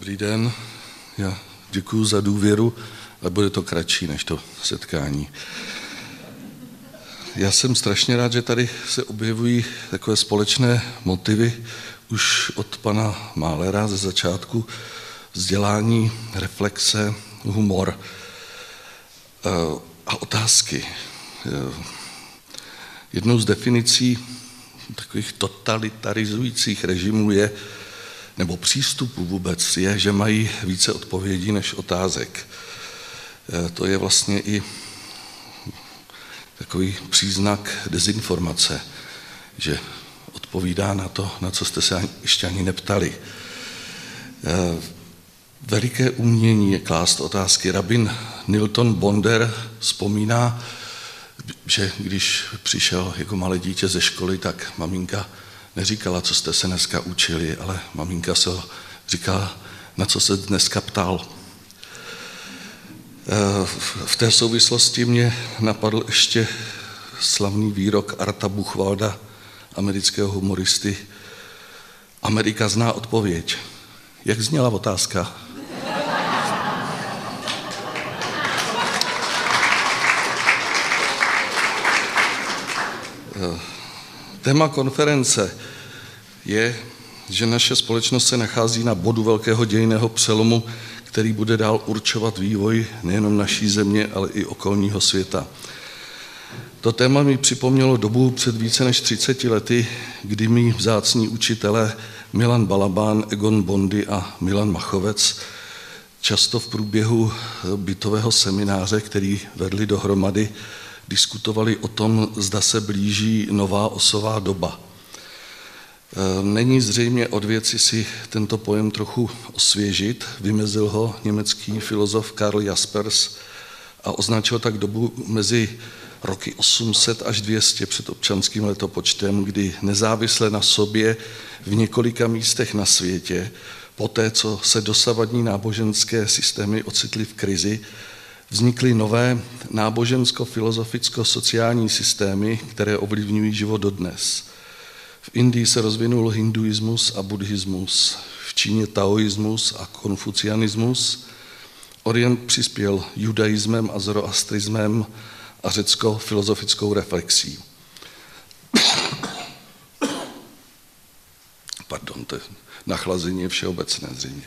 Dobrý den, já děkuju za důvěru, ale bude to kratší než to setkání. Já jsem strašně rád, že tady se objevují takové společné motivy už od pana Mahlera ze začátku: vzdělání, reflexe, humor a otázky. Jednou z definicí takových totalitarizujících režimů je, nebo přístupů vůbec je, že mají více odpovědí než otázek. To je vlastně i takový příznak dezinformace, že odpovídá na to, na co jste se ještě ani neptali. Veliké umění je klást otázky. Rabin Nilton Bonder vzpomíná, že když přišel jako malé dítě ze školy, tak maminka neříkala, co jste se dneska učili, ale maminka se říkala, na co se dneska ptal. V té souvislosti mě napadl ještě slavný výrok Arta Buchwalda, amerického humoristy: Amerika zná odpověď. Jak zněla otázka? Téma konference je, že naše společnost se nachází na bodu velkého dějinného přelomu, který bude dál určovat vývoj nejenom naší země, ale i okolního světa. To téma mi připomnělo dobu před více než 30 lety, kdy mí vzácní učitelé Milan Balabán, Egon Bondy a Milan Machovec často v průběhu bytového semináře, který vedli dohromady, diskutovali o tom, zda se blíží nová osová doba. Není zřejmě od věci si tento pojem trochu osvěžit, vymezil ho německý filozof Karl Jaspers a označil tak dobu mezi roky 800 až 200 před občanským letopočtem, kdy nezávisle na sobě v několika místech na světě, poté co se dosavadní náboženské systémy ocitly v krizi, vznikly nové nábožensko-filozoficko-sociální systémy, které ovlivňují život dodnes. V Indii se rozvinul hinduismus a buddhismus, v Číně taoismus a konfucianismus, Orient přispěl judaismem a zoroastrismem a Řecko filozofickou reflexí. Pardon, to je nachlazení všeobecné zřejmě.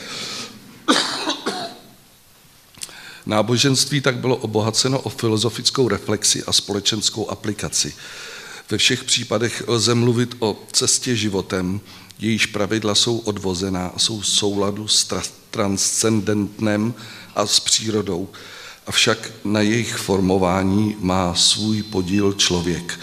Náboženství tak bylo obohaceno o filozofickou reflexi a společenskou aplikaci. Ve všech případech lze mluvit o cestě životem, jejíž pravidla jsou odvozená a jsou v souladu s transcendentnem a s přírodou, avšak na jejich formování má svůj podíl člověk.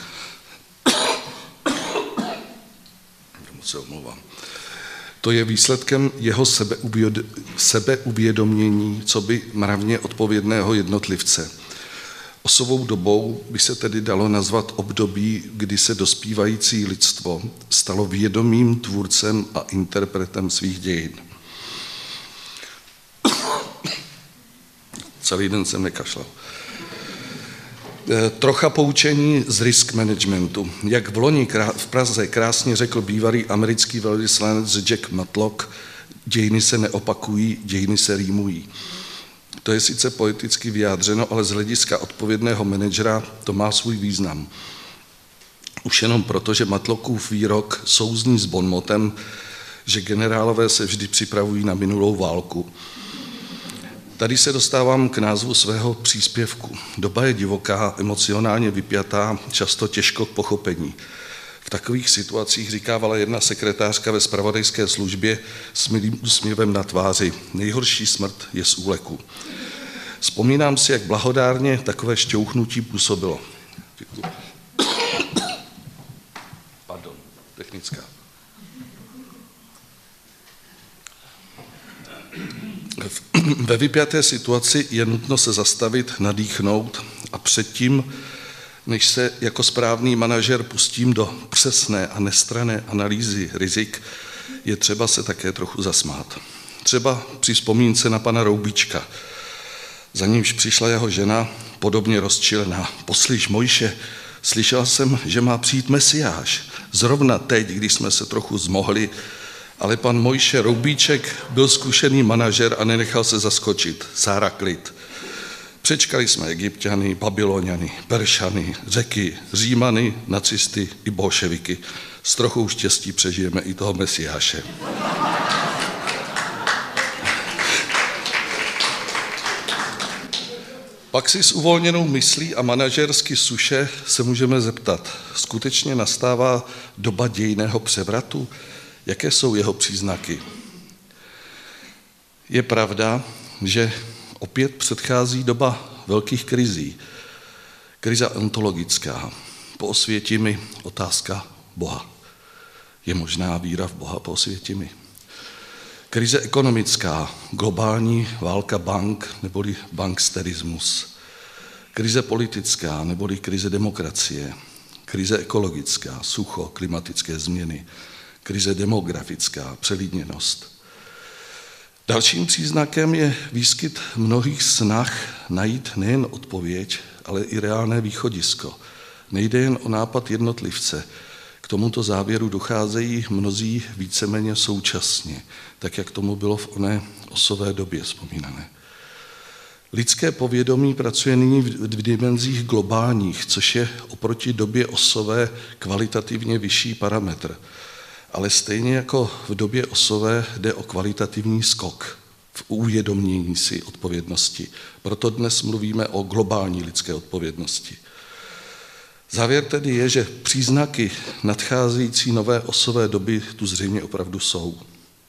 Se omlouvám. To je výsledkem jeho sebeuvědomění, coby mravně odpovědného jednotlivce. Osovou dobou by se tedy dalo nazvat období, kdy se dospívající lidstvo stalo vědomým tvůrcem a interpretem svých dějin. Celý den jsem nekašlal. Trocha poučení z risk managementu. Jak v loni v Praze krásně řekl bývalý americký velvyslanec Jack Matlock, dějiny se neopakují, dějiny se rýmují. To je sice poeticky vyjádřeno, ale z hlediska odpovědného manažera to má svůj význam. Už jenom proto, že Matlockův výrok souzní s bonmotem, že generálové se vždy připravují na minulou válku. Tady se dostávám k názvu svého příspěvku. Doba je divoká, emocionálně vypjatá, často těžko k pochopení. V takových situacích říkávala jedna sekretářka ve zpravodajské službě s milým úsměvem na tváři: nejhorší smrt je z úleku. Vzpomínám si, jak blahodárně takové šťouchnutí působilo. Pardon, technická. Ve vypjaté situaci je nutno se zastavit, nadýchnout a předtím, než se jako správný manažer pustím do přesné a nestranné analýzy rizik, je třeba se také trochu zasmát. Třeba při vzpomínce na pana Roubíčka. Za nímž přišla jeho žena, podobně rozčilená: poslyš, Mojše, slyšel jsem, že má přijít Mesiáš. Zrovna teď, když jsme se trochu zmohli Ale pan Mojše Roubíček byl zkušený manažer a nenechal se zaskočit. Sára klid. Přečkali jsme Egypťany, Babyloniany, Peršany, Řeky, Římany, nacisty i bolševiky. S trochou štěstí přežijeme i toho Mesiáše. Pak si s uvolněnou myslí a manažersky suše se můžeme zeptat, skutečně nastává doba dějinného převratu? Jaké jsou jeho příznaky? Je pravda, že opět předchází doba velkých krizí. Krize ontologická. Poosvětí mi otázka Boha. Je možná víra v Boha, poosvětí mi. Krize ekonomická, globální válka bank neboli banksterismus. Krize politická neboli krize demokracie. Krize ekologická, sucho, klimatické změny. Krize demografická, přelidněnost. Dalším příznakem je výskyt mnohých snah najít nejen odpověď, ale i reálné východisko. Nejde jen o nápad jednotlivce. K tomuto závěru docházejí mnozí víceméně současně, tak jak tomu bylo v oné osové době vzpomínané. Lidské povědomí pracuje nyní v dimenzích globálních, což je oproti době osové kvalitativně vyšší parametr. Ale stejně jako v době osové jde o kvalitativní skok v uvědomění si odpovědnosti. Proto dnes mluvíme o globální lidské odpovědnosti. Závěr tedy je, že příznaky nadcházející nové osové doby tu zřejmě opravdu jsou.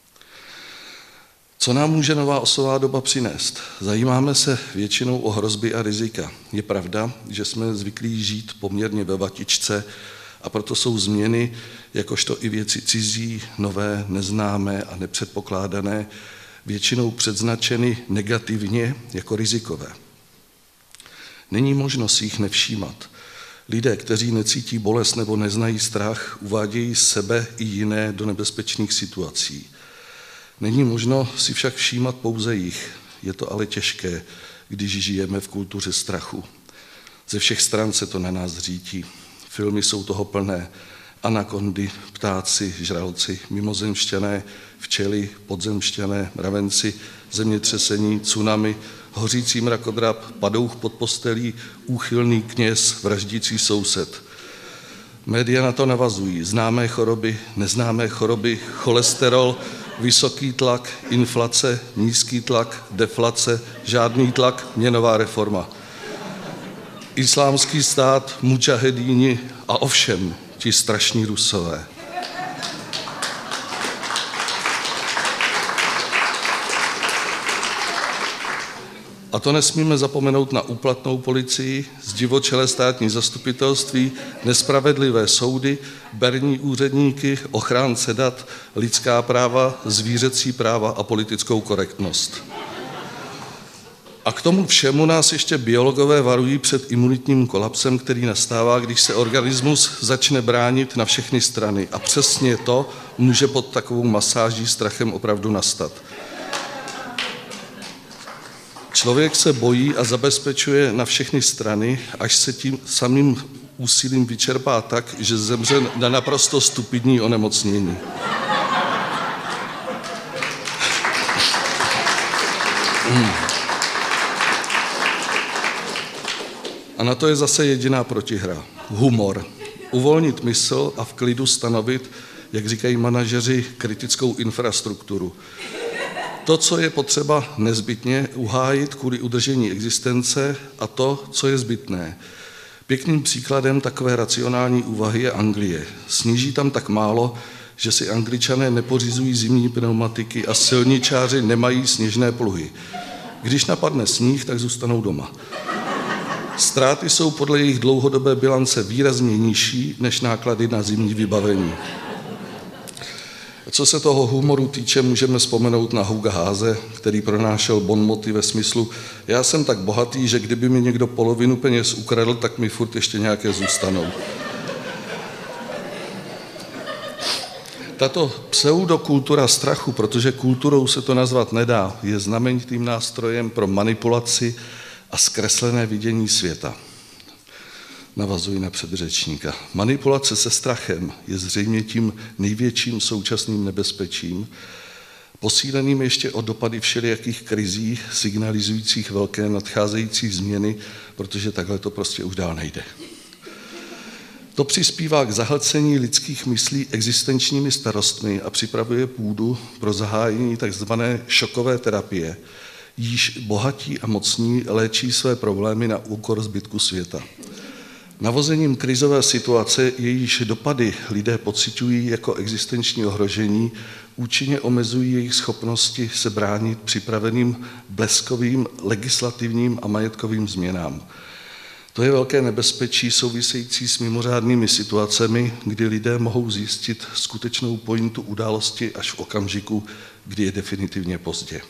Co nám může nová osová doba přinést? Zajímáme se většinou o hrozby a rizika. Je pravda, že jsme zvyklí žít poměrně ve vatičce a proto jsou změny, jakožto i věci cizí, nové, neznámé a nepředpokládané, většinou předznačeny negativně jako rizikové. Není možno si jich nevšímat. Lidé, kteří necítí bolest nebo neznají strach, uvádějí sebe i jiné do nebezpečných situací. Není možno si však všímat pouze jich. Je to ale těžké, když žijeme v kultuře strachu. Ze všech stran se to na nás řítí. Filmy jsou toho plné. Anakondy, ptáci, žraloci, mimozemšťané, včely, podzemšťané, mravenci, zemětřesení, tsunami, hořící mrakodrap, padouch pod postelí, úchylný kněz, vraždící soused. Média na to navazují. Známé choroby, neznámé choroby, cholesterol, vysoký tlak, inflace, nízký tlak, deflace, žádný tlak, měnová reforma. Islámský stát, mudžahedíni a ovšem ti strašní Rusové. A to nesmíme zapomenout na úplatnou policii, zdivočelé státní zastupitelství, nespravedlivé soudy, berní úředníky, ochránce dat, lidská práva, zvířecí práva a politickou korektnost. A k tomu všemu nás ještě biologové varují před imunitním kolapsem, který nastává, když se organismus začne bránit na všechny strany. A přesně to může pod takovou masáží strachem opravdu nastat. Člověk se bojí a zabezpečuje na všechny strany, až se tím samým úsilím vyčerpá tak, že zemře na naprosto stupidní onemocnění. A na to je zase jediná protihra. Humor. Uvolnit mysl a v klidu stanovit, jak říkají manažeři, kritickou infrastrukturu. To, co je potřeba nezbytně uhájit kvůli udržení existence a to, co je zbytné. Pěkným příkladem takové racionální úvahy je Anglie. Sníží tam tak málo, že si Angličané nepořizují zimní pneumatiky a silničáři nemají sněžné pluhy. Když napadne sníh, tak zůstanou doma. Ztráty jsou podle jejich dlouhodobé bilance výrazně nižší než náklady na zimní vybavení. Co se toho humoru týče, můžeme vzpomenout na Huga Haase, který pronášel bonmoty ve smyslu: já jsem tak bohatý, že kdyby mi někdo polovinu peněz ukradl, tak mi furt ještě nějaké zůstanou. Tato pseudokultura strachu, protože kulturou se to nazvat nedá, je znamenitým nástrojem pro manipulaci a zkreslené vidění světa. Navazuji na předřečníka. Manipulace se strachem je zřejmě tím největším současným nebezpečím, posíleným ještě o dopady všelijakých krizí, signalizujících velké nadcházející změny, protože takhle to prostě už dál nejde. To přispívá k zahlcení lidských myslí existenčními starostmi a připravuje půdu pro zahájení tzv. Šokové terapie, jíž bohatí a mocní léčí své problémy na úkor zbytku světa. Navozením krizové situace, jejíž dopady lidé pociťují jako existenční ohrožení, účinně omezují jejich schopnosti se bránit připraveným bleskovým legislativním a majetkovým změnám. To je velké nebezpečí související s mimořádnými situacemi, kdy lidé mohou zjistit skutečnou pointu události až v okamžiku, kdy je definitivně pozdě.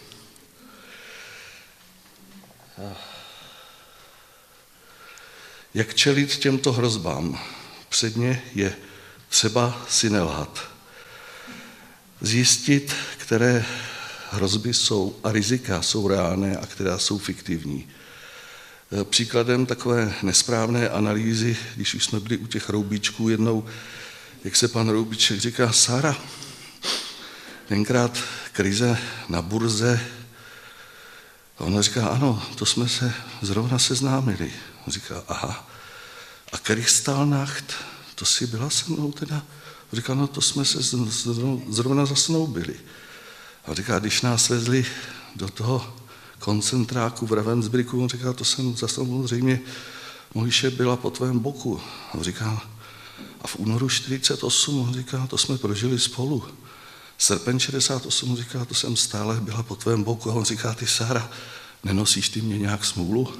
Jak čelit těmto hrozbám? Předně je třeba si nelhat. Zjistit, které hrozby jsou a rizika jsou reálné a která jsou fiktivní. Příkladem takové nesprávné analýzy, když už jsme byli u těch Roubíčků jednou, jak se pan Roubíček říká, Sára, tenkrát krize na burze, a ona říká, ano, to jsme se zrovna seznámili. On říká, aha, a Kristallnacht, to si byla se mnou teda? On říká, no to jsme se zrovna zasnoubili. A on říká, když nás vezli do toho koncentráku v Ravensbrücku, on říká, to jsem samozřejmě, Mojiše byla po tvém boku. A on říká, a v únoru 48, on říká, to jsme prožili spolu. Srpen 68, on říká, to jsem stále byla po tvém boku. A on říká, ty Sára, nenosíš ty mě nějak smůlu?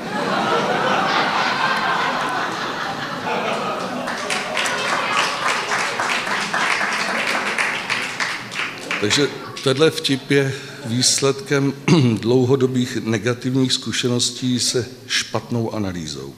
Takže tenhle vtip je výsledkem dlouhodobých negativních zkušeností se špatnou analýzou.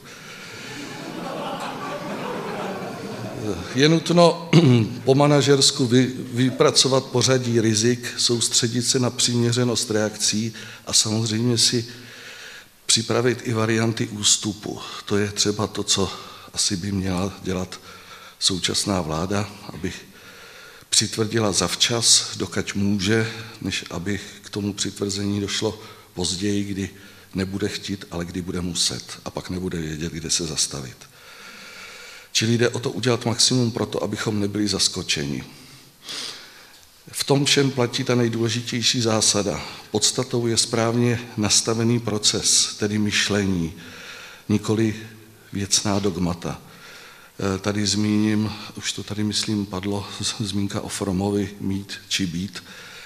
Je nutno po manažersku vypracovat pořadí rizik, soustředit se na přiměřenost reakcí a samozřejmě si připravit i varianty ústupu. To je třeba to, co asi by měla dělat současná vláda, aby přitvrdila zavčas, dokud může, než aby k tomu přitvrzení došlo později, kdy nebude chtít, ale kdy bude muset a pak nebude vědět, kde se zastavit. Čili jde o to udělat maximum pro to, abychom nebyli zaskočeni. V tom všem platí ta nejdůležitější zásada. Podstatou je správně nastavený proces, tedy myšlení, nikoli věcná dogmata. Tady zmíním, už to tady myslím padlo, zmínka o Fromovi, mít či být.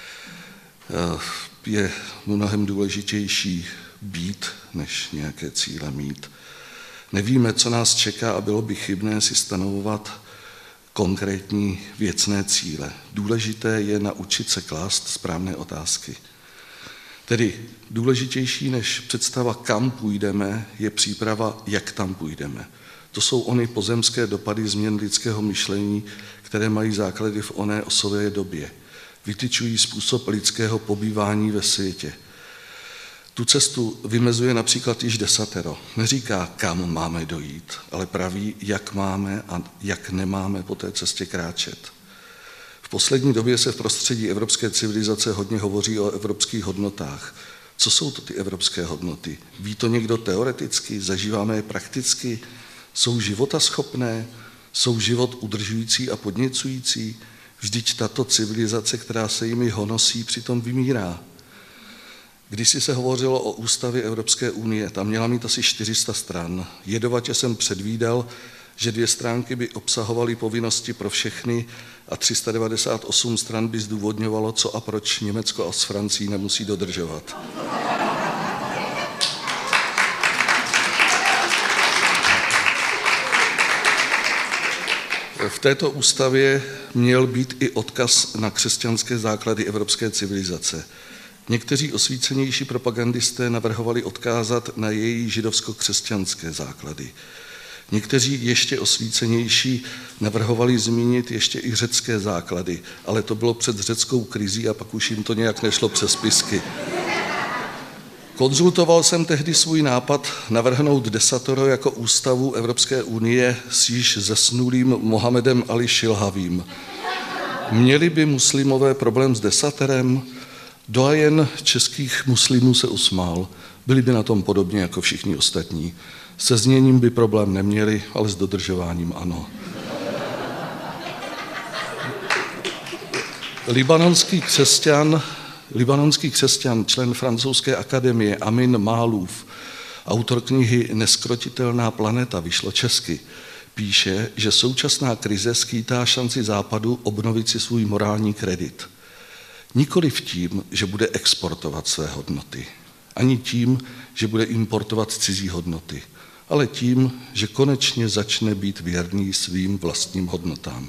Je mnohem důležitější být, než nějaké cíle mít. Nevíme, co nás čeká a bylo by chybné si stanovovat konkrétní věcné cíle. Důležité je naučit se klást správné otázky. Tedy důležitější než představa, kam půjdeme, je příprava, jak tam půjdeme. To jsou ony pozemské dopady změn lidského myšlení, které mají základy v oné osové době. Vytyčují způsob lidského pobývání ve světě. Tu cestu vymezuje například již Desatero. Neříká, kam máme dojít, ale praví, jak máme a jak nemáme po té cestě kráčet. V poslední době se v prostředí evropské civilizace hodně hovoří o evropských hodnotách. Co jsou to ty evropské hodnoty? Ví to někdo teoreticky? Zažíváme je prakticky? Jsou životaschopné? Jsou život udržující a podněcující? Vždyť tato civilizace, která se jimi honosí, přitom vymírá. Kdysi se hovořilo o ústavě Evropské unie, tam měla mít asi 400 stran. Jedovatě jsem předvídal, že 2 stránky by obsahovaly povinnosti pro všechny a 398 stran by zdůvodňovalo, co a proč Německo a s Francií nemusí dodržovat. V této ústavě měl být i odkaz na křesťanské základy evropské civilizace. Někteří osvícenější propagandisté navrhovali odkázat na její židovsko-křesťanské základy. Někteří ještě osvícenější navrhovali zmínit ještě i řecké základy, ale to bylo před řeckou krizí a pak už jim to nějak nešlo přes spisky. Konzultoval jsem tehdy svůj nápad navrhnout desatero jako ústavu Evropské unie s již zesnulým Mohamedem Ali Šilhavým. Měli by muslimové problém s desaterem? Doyen českých muslimů se usmál. Byli by na tom podobně jako všichni ostatní. Se zněním by problém neměli, ale s dodržováním ano. Libanonský křesťan, člen francouzské akademie Amin Maalouf, autor knihy Neskrotitelná planeta, vyšlo česky, píše, že současná krize skýtá šanci Západu obnovit si svůj morální kredit. Nikoliv tím, že bude exportovat své hodnoty, ani tím, že bude importovat cizí hodnoty, ale tím, že konečně začne být věrný svým vlastním hodnotám.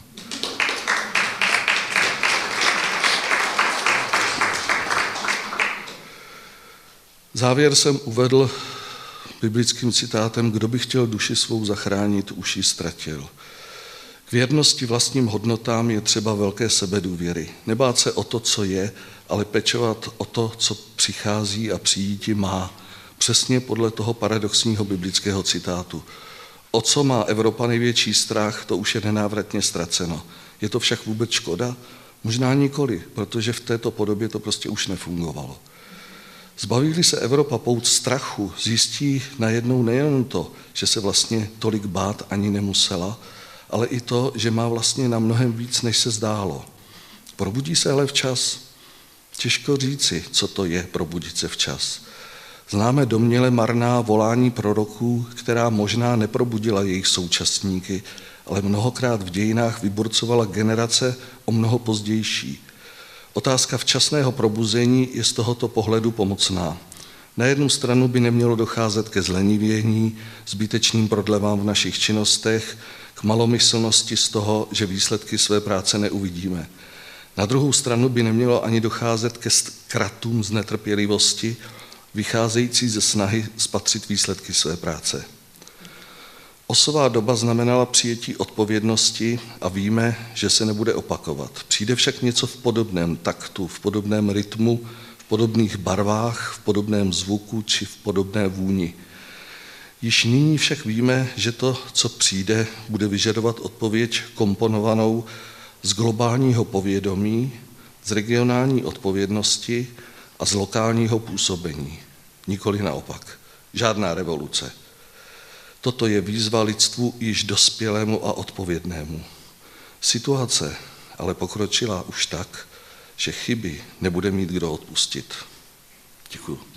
Závěr jsem uvedl biblickým citátem: kdo by chtěl duši svou zachránit, už ji ztratil. K věrnosti vlastním hodnotám je třeba velké sebedůvěry. Nebát se o to, co je, ale pečovat o to, co přichází a přijíti má. Přesně podle toho paradoxního biblického citátu. O co má Evropa největší strach, to už je nenávratně ztraceno. Je to však vůbec škoda? Možná nikoli, protože v této podobě to prostě už nefungovalo. Zbaví-li se Evropa pout strachu, zjistí najednou nejen to, že se vlastně tolik bát ani nemusela, ale i to, že má vlastně na mnohem víc, než se zdálo. Probudí se ale včas? Těžko říci, co to je probudit se včas. Známe domněle marná volání proroků, která možná neprobudila jejich současníky, ale mnohokrát v dějinách vyburcovala generace o mnoho pozdější. Otázka včasného probuzení je z tohoto pohledu pomocná. Na jednu stranu by nemělo docházet ke zlenivění, zbytečným prodlevám v našich činnostech, k malomyslnosti z toho, že výsledky své práce neuvidíme. Na druhou stranu by nemělo ani docházet ke zkratům z netrpělivosti, vycházející ze snahy spatřit výsledky své práce. Osová doba znamenala přijetí odpovědnosti a víme, že se nebude opakovat. Přijde však něco v podobném taktu, v podobném rytmu, v podobných barvách, v podobném zvuku či v podobné vůni. Již nyní však víme, že to, co přijde, bude vyžadovat odpověď komponovanou z globálního povědomí, z regionální odpovědnosti a z lokálního působení. Nikoli naopak. Žádná revoluce. Toto je výzva lidstvu již dospělému a odpovědnému. Situace ale pokročila už tak, že chyby nebude mít kdo odpustit. Děkuji.